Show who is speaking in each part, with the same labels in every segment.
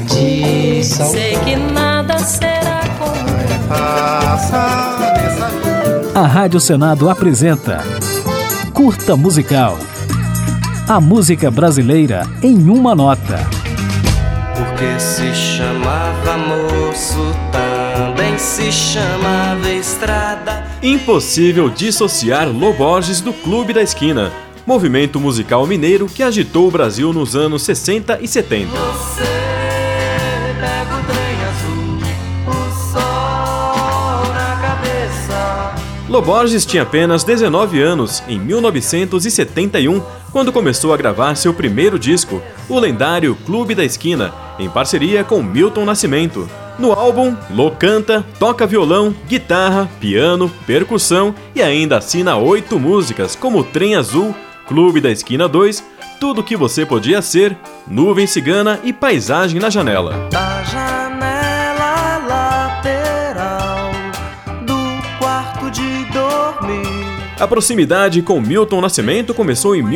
Speaker 1: tradição.
Speaker 2: Sei que nada será como
Speaker 3: A Rádio Senado apresenta Curta Musical. A música brasileira em uma nota.
Speaker 4: Porque se chamava moço, também se chamava estrada.
Speaker 5: Impossível dissociar Lô Borges do Clube da Esquina, movimento musical mineiro que agitou o Brasil nos anos 60 e 70.
Speaker 4: Você pega o trem azul, o sol na cabeça.
Speaker 5: Lô Borges tinha apenas 19 anos em 1971, quando começou a gravar seu primeiro disco, o lendário Clube da Esquina, em parceria com Milton Nascimento. No álbum, Lô canta, toca violão, guitarra, piano, percussão e ainda assina 8 músicas como Trem Azul, Clube da Esquina 2, Tudo Que Você Podia Ser, Nuvem Cigana e Paisagem na Janela.
Speaker 4: Da janela lateral do quarto de dormir.
Speaker 5: A proximidade com Milton Nascimento começou em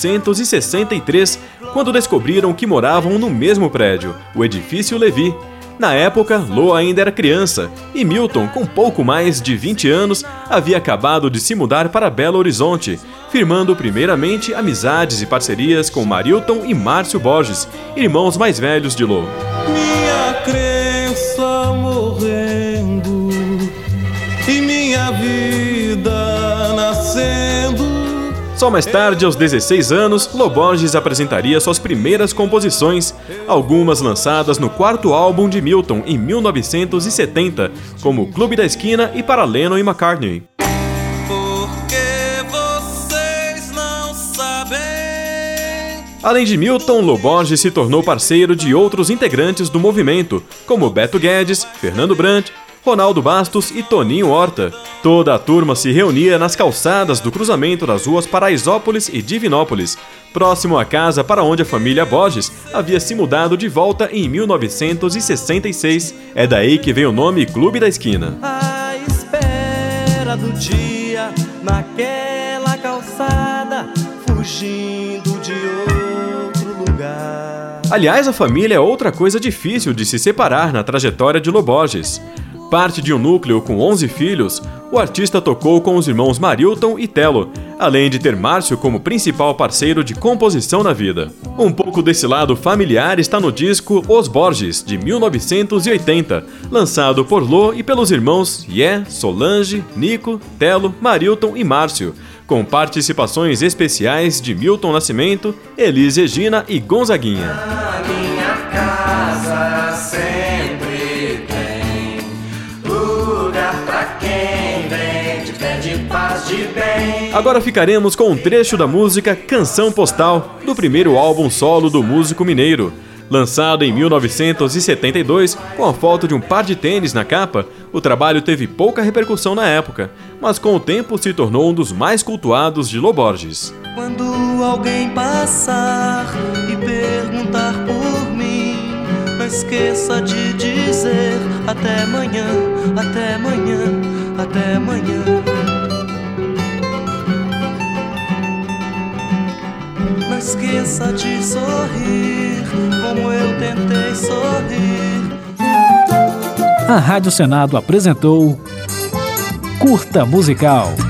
Speaker 5: 1963, quando descobriram que moravam no mesmo prédio, o Edifício Levi. Na época, Lô ainda era criança e Milton, com pouco mais de 20 anos, havia acabado de se mudar para Belo Horizonte, firmando primeiramente amizades e parcerias com Marilton e Márcio Borges, irmãos mais velhos de Lô.
Speaker 6: Minha crença morrendo e minha vida nascendo.
Speaker 5: Só mais tarde, aos 16 anos, Lô Borges apresentaria suas primeiras composições, algumas lançadas no quarto álbum de Milton em 1970, como Clube da Esquina e para Lennon e McCartney.
Speaker 6: Porque vocês não sabem.
Speaker 5: Além de Milton, Lô Borges se tornou parceiro de outros integrantes do movimento, como Beto Guedes, Fernando Brant, Ronaldo Bastos e Toninho Horta. Toda a turma se reunia nas calçadas do cruzamento das ruas Paraisópolis e Divinópolis, próximo à casa para onde a família Borges havia se mudado de volta em 1966. É daí que vem o nome Clube da Esquina.
Speaker 4: À espera do dia, naquela calçada, fugindo de outro lugar.
Speaker 5: Aliás, a família é outra coisa difícil de se separar na trajetória de Lô Borges. Parte de um núcleo com 11 filhos, o artista tocou com os irmãos Marilton e Telo, além de ter Márcio como principal parceiro de composição na vida. Um pouco desse lado familiar está no disco Os Borges, de 1980, lançado por Lô e pelos irmãos Ié, Solange, Nico, Telo, Marilton e Márcio, com participações especiais de Milton Nascimento, Elis Regina e Gonzaguinha.
Speaker 4: A minha casa sempre tem lugar pra quem vem de pé de paz de bem.
Speaker 5: Agora ficaremos com um trecho da música Canção Postal, do primeiro álbum solo do músico mineiro. Lançado em 1972, com a foto de um par de tênis na capa, o trabalho teve pouca repercussão na época, mas com o tempo se tornou um dos mais cultuados de Lô Borges.
Speaker 4: Quando alguém passar e perguntar por mim, não esqueça de dizer até amanhã, até amanhã, até amanhã. Não esqueça de sorrir, como eu tentei sorrir.
Speaker 3: A Rádio Senado apresentou Curta Musical.